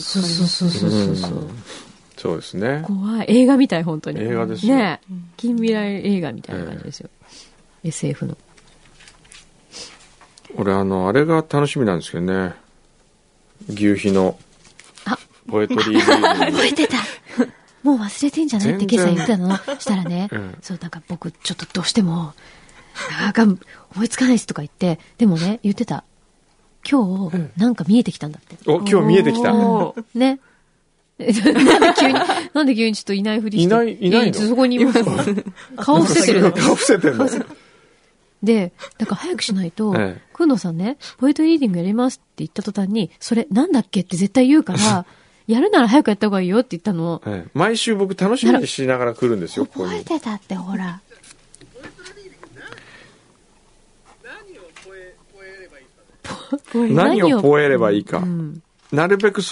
そうですね。 怖い。映画みたい、本当に。 映画ですよね。近未来映画みたいな感じですよ。SF の。 俺あれが楽しみなんですけどね。牛皮のポエトリーリーディング。 覚えてた。もう忘れてんじゃないって今朝言ったの。したらね、そうなんか僕ちょっとどうしてもなんか思いつかないですとか言って、でもね言ってた。今日なんか見えてきたんだって。 お、今日見えてきた。 ね。なんで急にちょっといないふりして。 いないの？ そこにいます。顔伏せてるの。 顔伏せてるの。 で、だから早くしないと、くんのさんね、ポエトリーリーディングやりますって言った途端に、それなんだっけって絶対言うから、やるなら早くやった方がいいよって言ったの。 毎週僕楽しみにしながら来るんですよ、ここに。 覚えてたって、ほら。 何をポエればいいか。なるべく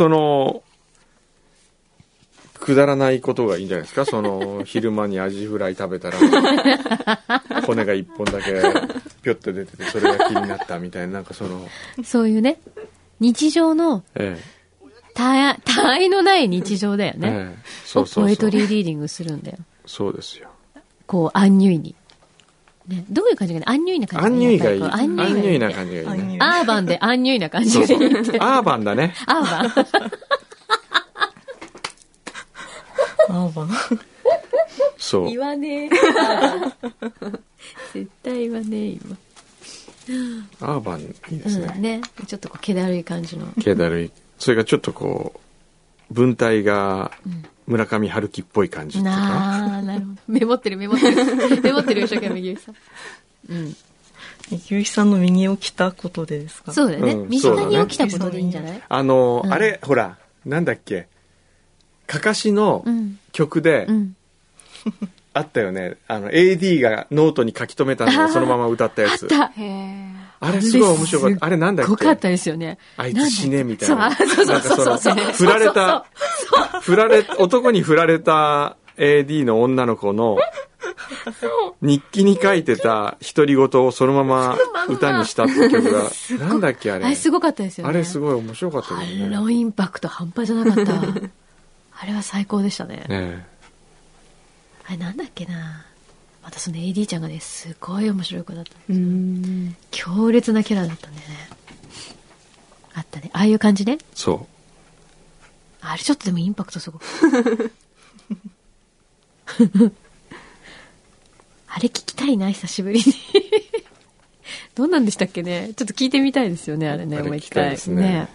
くだらないことがいいんじゃないですか。昼間にアジフライ食べたら骨が一本だけピョッと出てて、それが気になったみたいな、なんかそういうね、日常の、他愛のない日常だよね。そうポエトリーリーディングするんだよ。 そうですよ。 こう、アンニュイに。ね、どういう感じがいい？アンニュイな感じがいい。 アンニュイがいい。アンニュイな感じがいいね。 アーバンでアンニュイな感じがいい。 アーバンだね。 アーバン。 アーバン。 そう。言わねえ。絶対言わねえ、今。 アーバンいいですね。 ね。ちょっと気だるい感じの。 気だるい。それがちょっと文体が村上春樹っぽい感じっていうか。 ああ、なるほど。メモってる。メモってる、一生懸命、牛皮さん。 牛皮さんの右を着たことでですか？ そうだよね。身近に起きたことでいいんじゃない？ あれ、ほら、なんだっけ。かかしの曲で、あったよね。AD がノートに書き留めたのをそのまま歌ったやつ。 あった。 あれすごい面白かった。あれなんだっけ？ すごかったですよね。 あいつ死ねみたいな。 そう。 男に振られた AD の女の子の日記に書いてた独り言をそのまま歌にしたって曲が、なんだっけあれ。 あれすごかったですよね。 あれすごい面白かったですね。 あのインパクト半端じゃなかった。あれは最高でしたね。あれなんだっけな。またその AD ちゃんがね、すごい面白い子だった。強烈なキャラだったんだよね。あったね。ああいう感じね。 そう。 あれちょっとでもインパクトすごい。あれ聞きたいな、久しぶりに。どうなんでしたっけね。ちょっと聞いてみたいですよね、あれね。もう一回。ね。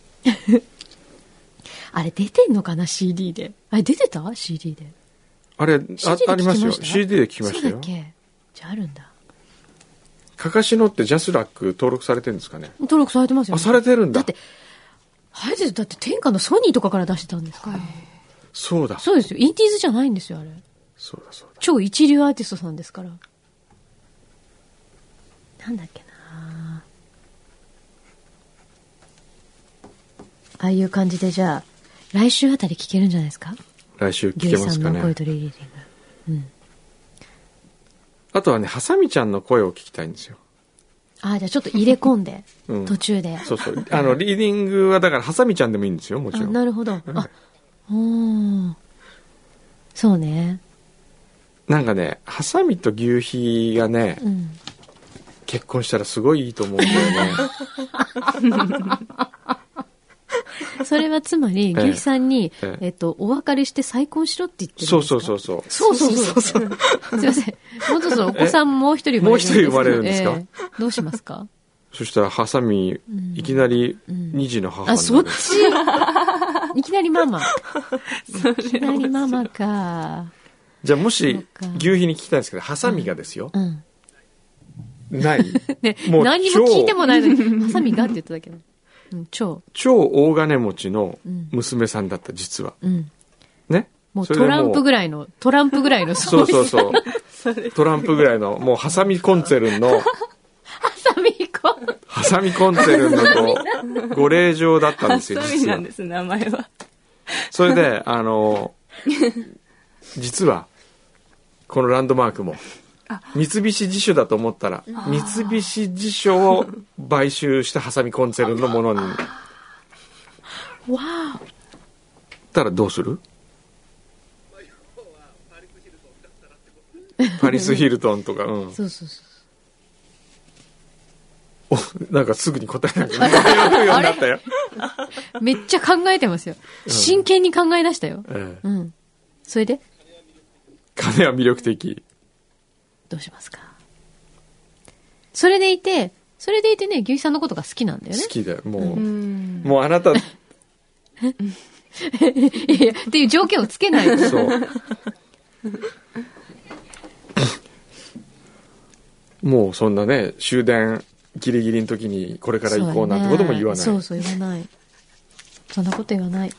あれ出てんのかな CD で。あれ出てた CD で。 あれ ありますよ。CD で聞きましたよ。 そうだっけ。じゃああるんだ。 かかしのってジャスラック登録されてるんですかね。 登録されてますよ、ね。 あ、されてるんだ。 だって天下のソニーとかから出してたんですから。 そうだ。 そうですよ。インディーズじゃないんですよ、あれ。 そうだ。 超一流アーティストさんですから。なんだっけな。ああいう感じでじゃあ来週あたり聞けるんじゃないですか。 来週聞けますかね。 牛さんのポエトリーリーディング。 あとはね、ハサミちゃんの声を聞きたいんですよ。 ああ、じゃあちょっと入れ込んで、途中で。 そう。リーディングはだからハサミちゃんでもいいんですよ、もちろん。 なるほど。そうね。 なんかね、ハサミと牛皮がね、結婚したらすごいいいと思うんだよね。 それはつまり、牛皮さんに、お別れして再婚しろって言ってるんですか？ そう。 そう。すいません。もうちょっとお子さんもう一人生まれるんです。 もう一人生まれるんですか？ どうしますか？ そしたら、ハサミ、いきなり2児の母になる。 あ、そっちいきなりママ。いきなりママか。 じゃあもし、牛皮に聞きたいんですけど、ハサミがですよ。ないね、もう何も聞いてもないのに、ハサミがって言っただけだ。超大金持ちの娘さんだった、実は。ね。 もうトランプぐらいの。 そう。トランプぐらいの、もうハサミコンツェルンの、ハサミコンツェルンのご令嬢だったんですよ、 ハサミなんです、名前は。 それで、実は、このランドマークも、三菱地所だと思ったら、三菱地所を買収したハサミコンツェルンのものにわあ。 たらどうする？パリス・ヒルトンとか、うん。 そうそうそう。 なんかすぐに答えなくなるようになったよ。 めっちゃ考えてますよ。真剣に考え出したよ。 うん。 それで？ 金は魅力的。 どうしますか？それでいてね、牛肥さんのことが好きなんだよね。 好きだよ。もうあなた。いやっていう条件をつけないと。 そう。もうそんなね、終電ギリギリの時にこれから行こうなんてことも言わない。 そう言わない。そんなこと言わない。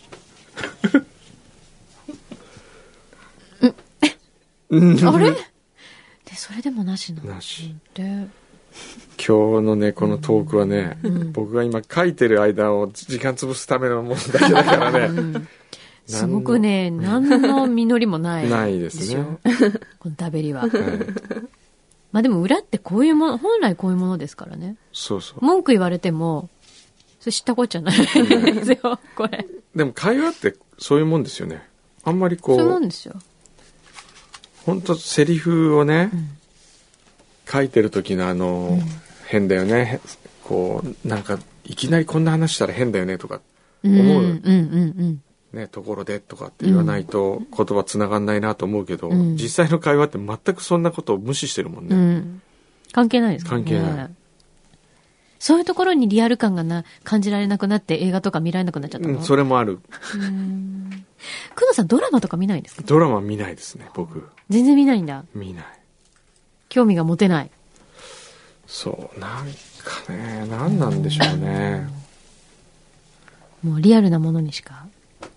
あれ？で、それでもなしなの？ なし。 で、 今日のね、このトークはね、僕が今書いてる間を時間潰すためのものだけだからね。 すごくね、何の実りもない。 ないですね。 この食べりは。まあでも裏ってこういうもの、本来こういうものですからね。 そうそう。 文句言われても、それ知ったこっちゃないですよ、これ。 でも会話ってそういうもんですよね。あんまりこう。 そういうもんですよ。 本当セリフをね、書いてる時の変だよね。こう、なんか、いきなりこんな話したら変だよねとか思う。ね、ところでとかって言わないと言葉つながんないなと思うけど、実際の会話って全くそんなことを無視してるもんね。 関係ないですかね。 関係ない。 そういうところにリアル感が感じられなくなって映画とか見られなくなっちゃったの？ それもある。 工藤さんドラマとか見ないんですか？ ドラマ見ないですね、僕。 全然見ないんだ。 見ない。 興味が持てない。 そう、なんかね、何なんでしょうね。 もうリアルなものにしか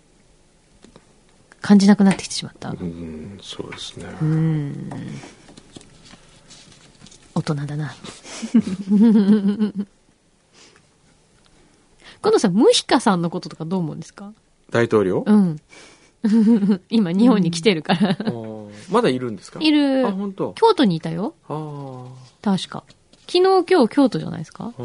感じなくなってきてしまった。 そうですね。 大人だな。近藤さん、ムヒカさんのこととかどう思うんですか？ 大統領？ 今日本に来てるから。 まだいるんですか？ いる。 あ、本当。 京都にいたよ。確か。昨日今日京都じゃないですか？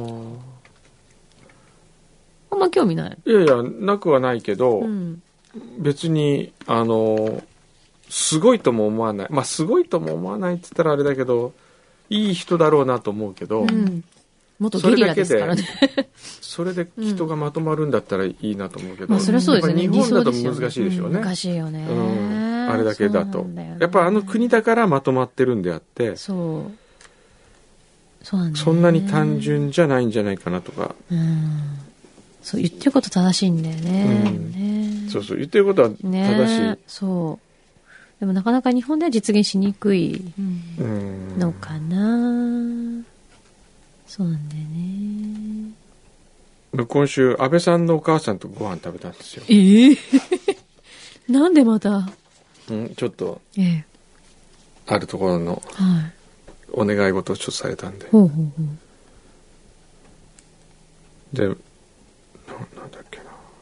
あんま興味ない。 いやいや、なくはないけど、別に、すごいとも思わない。まあ、すごいとも思わないって言ったらあれだけど、いい人だろうなと思うけど、 元ゲリラですからね。 それで人がまとまるんだったらいいなと思うけど、 まあ、それはそうですよね。 日本だと難しいでしょうね。 難しいよね。 あれだけだと。やっぱ国だからまとまってるんであって、 そうなんだよね。 そんなに単純じゃないんじゃないかなとか。 そう、言ってること正しいんだよね。 そうそう、言ってることは正しい。 そう。でもなかなか日本では実現しにくいのかな。そうなんだよね。 今週安倍さんのお母さんとご飯食べたんですよ。 なんでまた？ ちょっとあるところのお願い事をちょっとされたんで。で、なんだっけな。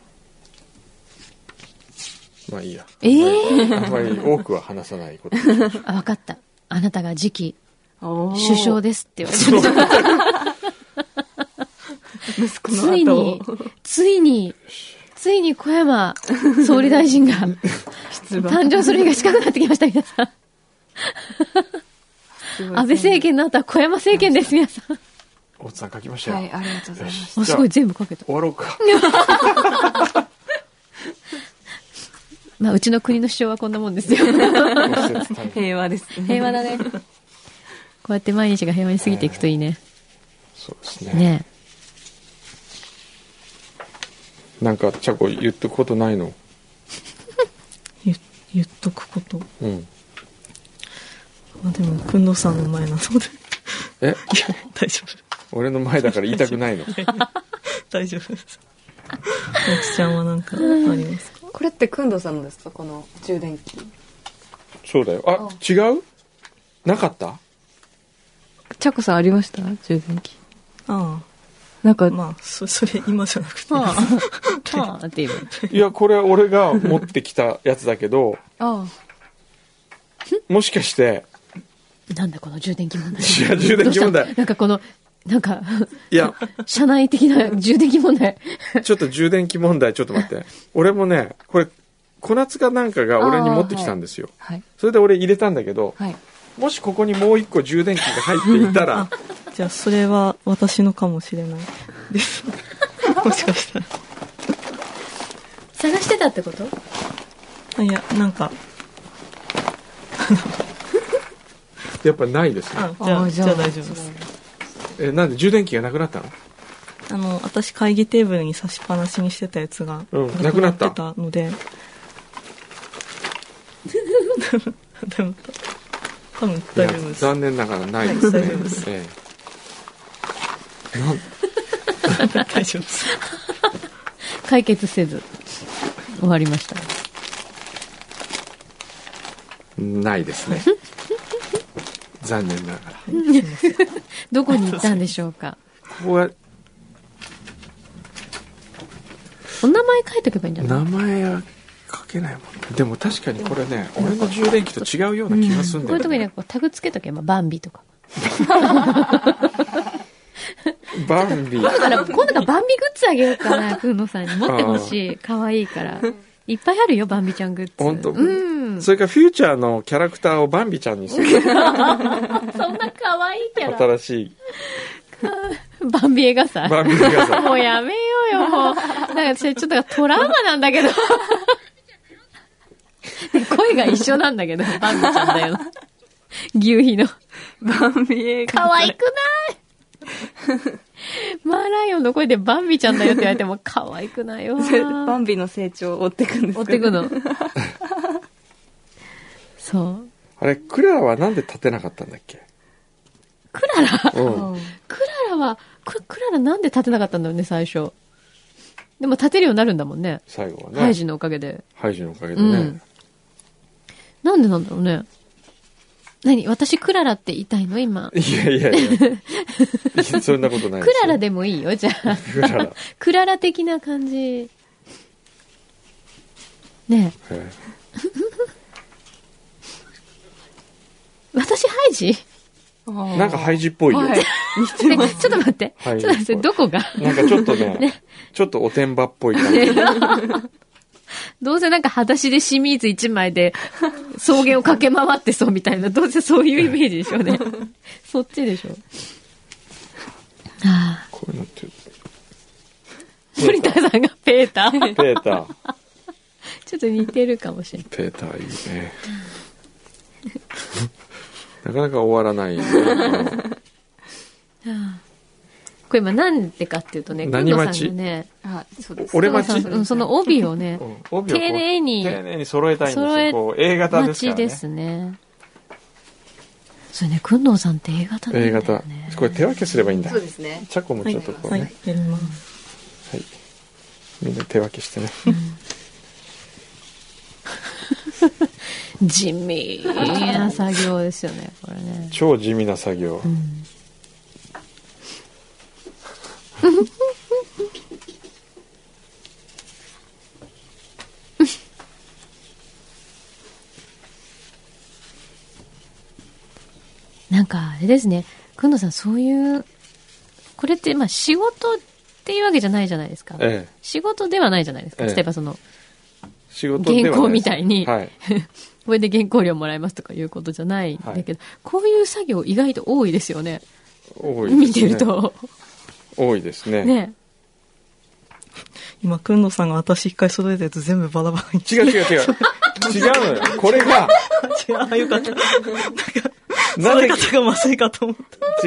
まあいいや。あんまり多くは話さないこと。 あ、わかった。あなたが次期首相ですって言われた。 息子の後ついに小山総理大臣が誕生する日が近くなってきました、皆さん。安倍政権の後は小山政権です、皆さん。 大津さん書きましたよ。 はい、ありがとうございます。 すごい、全部書けた。 終わろうか。 まあ、うちの国の首相はこんなもんですよ。 平和です。 平和だね。こうやって毎日が平和に過ぎていくといいね。 そうですね。 ねえ。なんか、ちゃこ言っとくことないの？ 言っとくこと。まあでも、くんどさんの前なので。 いや、 大丈夫。 俺の前だから言いたくないの？ 大丈夫です。なちちゃんはなんかありますか？ これってくんどさんのですか？この充電器。 そうだよ。あ、違う？なかった？ ちゃこさんありました？充電器。 ああ。 なんか、 まあ、それ今じゃなくて。 っていう。 いや、これ俺が持ってきたやつだけど、もしかして、 なんだこの充電器問題。 いや、充電器問題。 なんかこの、 なんか、 いや、 社内的な充電器問題。 ちょっと充電器問題、ちょっと待って。俺もね、これ、小夏かなんかが俺に持ってきたんですよ。 はい。 それで俺入れたんだけど、 はい。 もしここにもう一個充電器が入っていたら、 じゃあそれは私のかもしれないです。もしかしたら。 探してたってこと？ いや、なんか。 やっぱないですね。 じゃあ大丈夫です。 なんで充電器がなくなったの？ 私会議テーブルに差しっぱなしにしてたやつがなくなってたので、でも多分大丈夫です。 残念ながらないですね。 大丈夫です。大丈夫です。 解決せず終わりました。 ないですね。残念ながら。 どこに行ったんでしょうか。 ここはお名前書いておけばいいんじゃない？ 名前は書けないもんね。でも確かにこれね、俺の充電器と違うような気がするんだよね。 こういうとこにね、こうタグつけとけばバンビとか。 バンビ。 今度からバンビグッズあげようかな、くんのさんに持ってほしい。かわいいから。いっぱいあるよ、バンビちゃんグッズ。 本当。それからフューチャーのキャラクターをバンビちゃんにする。 そんなかわいいキャラ。 新しい。 バンビ映画祭。 バンビ映画祭。 もうやめようよ、もう。なんか私ちょっとトラウマなんだけど。声が一緒なんだけど、バンビちゃんだよ。牛皮の。 バンビ映画祭。 かわいくないマーライオンの声でバンビちゃんだよって言われても可愛くないわ。 バンビの成長を追っていくんですか？ 追っていくの。そう。 あれ、クララはなんで立てなかったんだっけ？ クララ、 うん、 クララなんで立てなかったんだろうね、最初。でも立てるようになるんだもんね。 最後はね。 ハイジのおかげで。 ハイジのおかげでね。うん、 なんでなんだろうね。私クララって言いたいの今。 いや。そんなことないですよ。 クララでもいいよ、じゃあ。クララ的な感じ。ねえ。私ハイジ？ なんかハイジっぽいよ。 はい、ちょっと待って。ちょっと待って、どこが？ なんかちょっとね、ちょっとおてんばっぽい感じ。 どうせなんか裸足で清水一枚で草原を駆け回ってそうみたいな、どうせそういうイメージでしょうね。そっちでしょ。ああ。 こういうのって。 森田さんがペーター。 ペーター。 ちょっと似てるかもしれない。 ペーターいいね。なかなか終わらないよね。 これ今なんでかっていうとね、 何町？ ね、 そうです。 俺町？ その帯をね、丁寧に揃えたいんですよ。こう A 型ですからね。町ですね。それね、くんどうさんって A 型なんだよね。 A 型。これ手分けすればいいんだ。 そうですね。 チャコもちょっとこうね。 はい、やります。 はい。みんな手分けしてね。 地味な作業ですよね、これね。 超地味な作業。 なんかあれですね、くんどさん、そういうこれってまあ仕事っていうわけじゃないじゃないですか。仕事ではないじゃないですか。例えばその仕事ではない原稿みたいに、 はい、 これで原稿料もらえますとかいうことじゃないんだけど、こういう作業意外と多いですよね。 多いですね。 見てると多いですね。 ね。 今、くんのさんが私一回揃えたやつ全部バラバラに。 違うのよ。これが。 よかった。揃え方がまずいかと思った。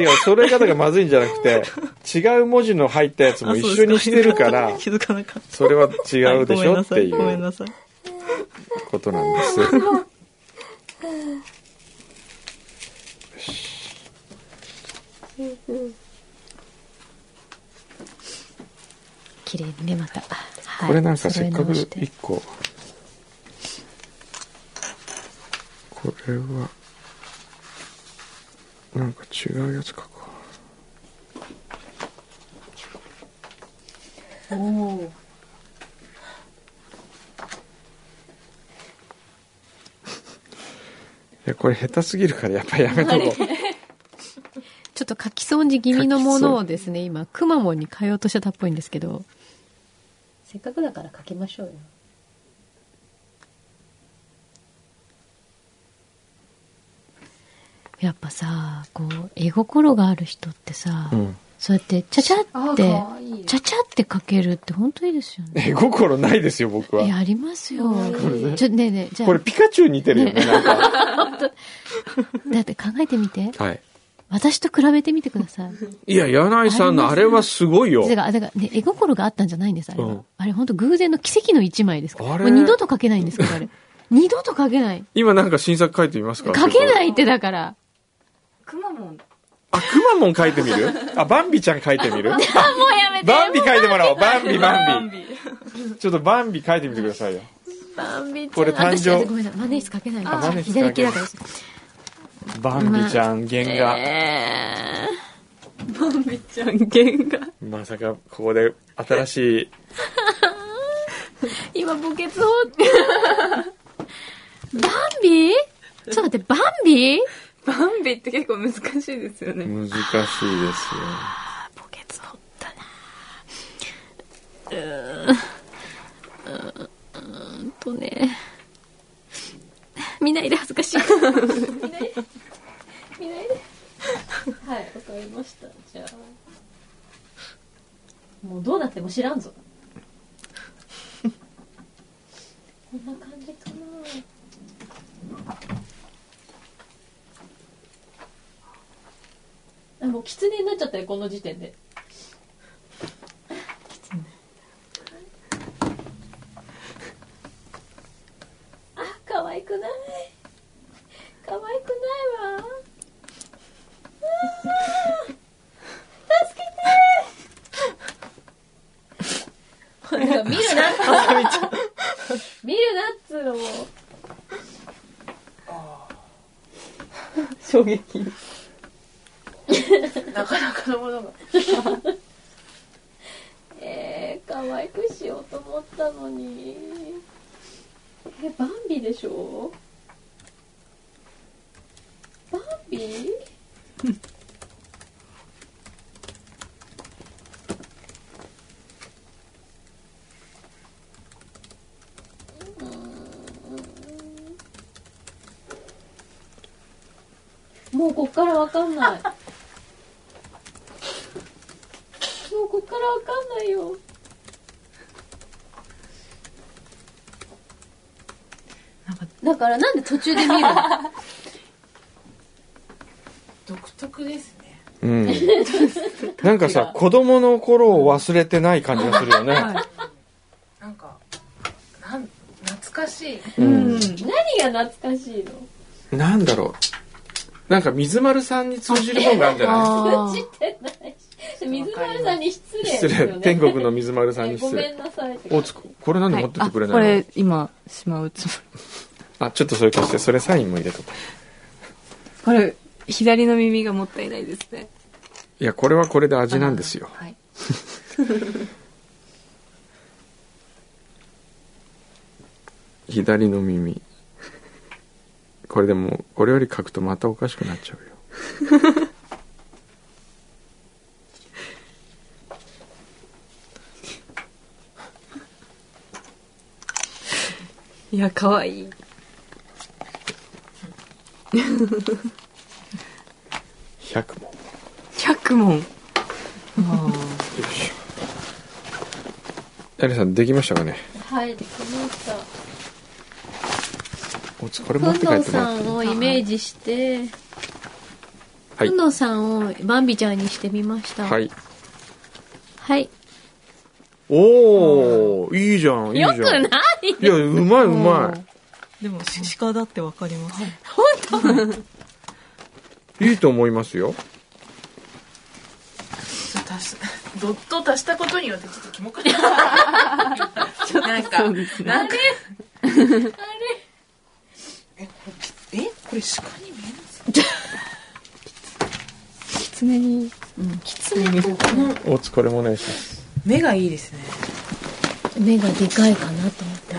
違う、揃え方がまずいんじゃなくて、違う文字の入ったやつも一緒にしてるから、 気づかなかった。 それは違うでしょっていう。 ごめんなさい。 ことなんです。 綺麗にね、また。 これなんかせっかく一個。これは、なんか違うやつか。 おお。 いや、これ下手すぎるからやっぱりやめとこう。 ちょっと書きそう文字気味のものをですね、今、くまモンに変えようとしてたっぽいんですけど、せっかくだから書きましょうよ。やっぱさ、こう、絵心がある人ってさ、そうやってちゃちゃって書けるって本当いいですよね。 絵心ないですよ、僕は。 ありますよ。ねえねえ、じゃあ。 これピカチュウ似てるよね、なんか。 だって考えてみて。 はい。 私と比べてみてください。 いや、柳井さんのあれはすごいよ。 だからね、絵心があったんじゃないんです、あれは。あれ本当偶然の奇跡の一枚ですから。もう二度と書けないんですけど、あれ。二度と書けない。 今なんか新作書いてみますか？ 書けないってだから。 くまモン。 あ、くまモン書いてみる？あ、バンビちゃん書いてみる？ もうやめて。 バンビ書いてもらおう。バンビ。ちょっとバンビ書いてみてくださいよ。 バンビちゃん。 これ誕生。 ごめんなさい。マネース書けない。 左利きだから。バンビちゃん、原画。 バンビちゃん、原画。 まさか、ここで新しい。 今、墓穴掘って。バンビ？ちょっと待って、バンビ？ バンビって結構難しいですよね。 難しいですよ。 墓穴掘ったな。ね。見ないで恥ずかしい。見ないで。はい、わかりました。じゃあ。もうどうなっても知らんぞ。こんな感じかな。もう狐になっちゃったよ、この時点で。あ、可愛くない。可愛くないわ。助けて。見るなっつうのも。 衝撃。 なかなかのものが。 可愛くしようと思ったのに。バンビでしょ？バンビ？もうこっからわかんない。もうこっからわかんないよ。だからなんで途中で見るの？ 独特ですね。 うん。なんかさ、子供の頃を忘れてない感じがするよね。はい、 なんか懐かしい。 うん。何が懐かしいの？ なんだろう。なんか水丸さんに通じるもんがあるんじゃない？ 通じてないし。水丸さんに失礼ですよね。 失礼。天国の水丸さんに失礼。 ごめんなさい。 おつこれなんで持ってってくれないの？ これ今しまうつもり。 あ、ちょっとそれ貸して、それサインも入れとこう。これ左の耳がもったいないですね。 いや、これはこれで味なんですよ。 はい。 左の耳。これでもこれより書くとまたおかしくなっちゃうよ。 いや、かわいい。 100問。 100問。よいしょ。エレさんできましたかね？ はい、できました。 これ持って帰ってもらって。 ふのさんをイメージして、 はい、 ふのさんをバンビちゃんにしてみました。 はい。 はい。 おー、いいじゃん、いいじゃん。 よくない？ いや、うまいうまい。でも鹿だってわかります。 本当？いいと思いますよ。 ドット足したことによってちょっとキモくない？なんか、なんかあれこれ鹿に見えます？ 狐に、狐に。 おつこれもお願いします。 目がいいですね。 目がでかいかなと思って。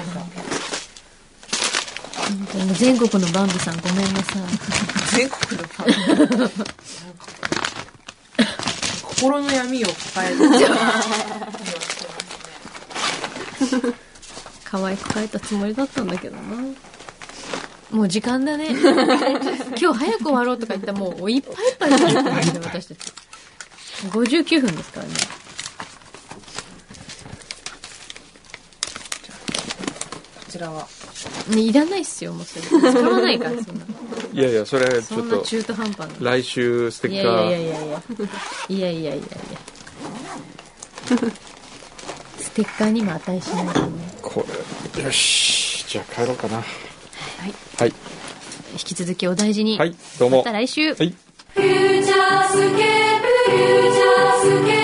本当に全国のバンビさんごめんなさい。 全国のバンビ。 心の闇を抱えて可愛く描いたつもりだったんだけどな。もう時間だね。今日早く終わろうとか言ったらもういっぱいいっぱいになってるんで、私たち。59分ですからね。 こちらは。 ね、いらないっすよ、もうそれ。使わないから、そんな。 いやいや、それちょっと。 そんな中途半端な。 来週ステッカー。 いや。ステッカーにも値しないとね。 これ、よし。じゃあ帰ろうかな。 はい。引き続きお大事に。 はい、どうも。 また来週。 はい。 フューチャースケープ、フューチャースケープ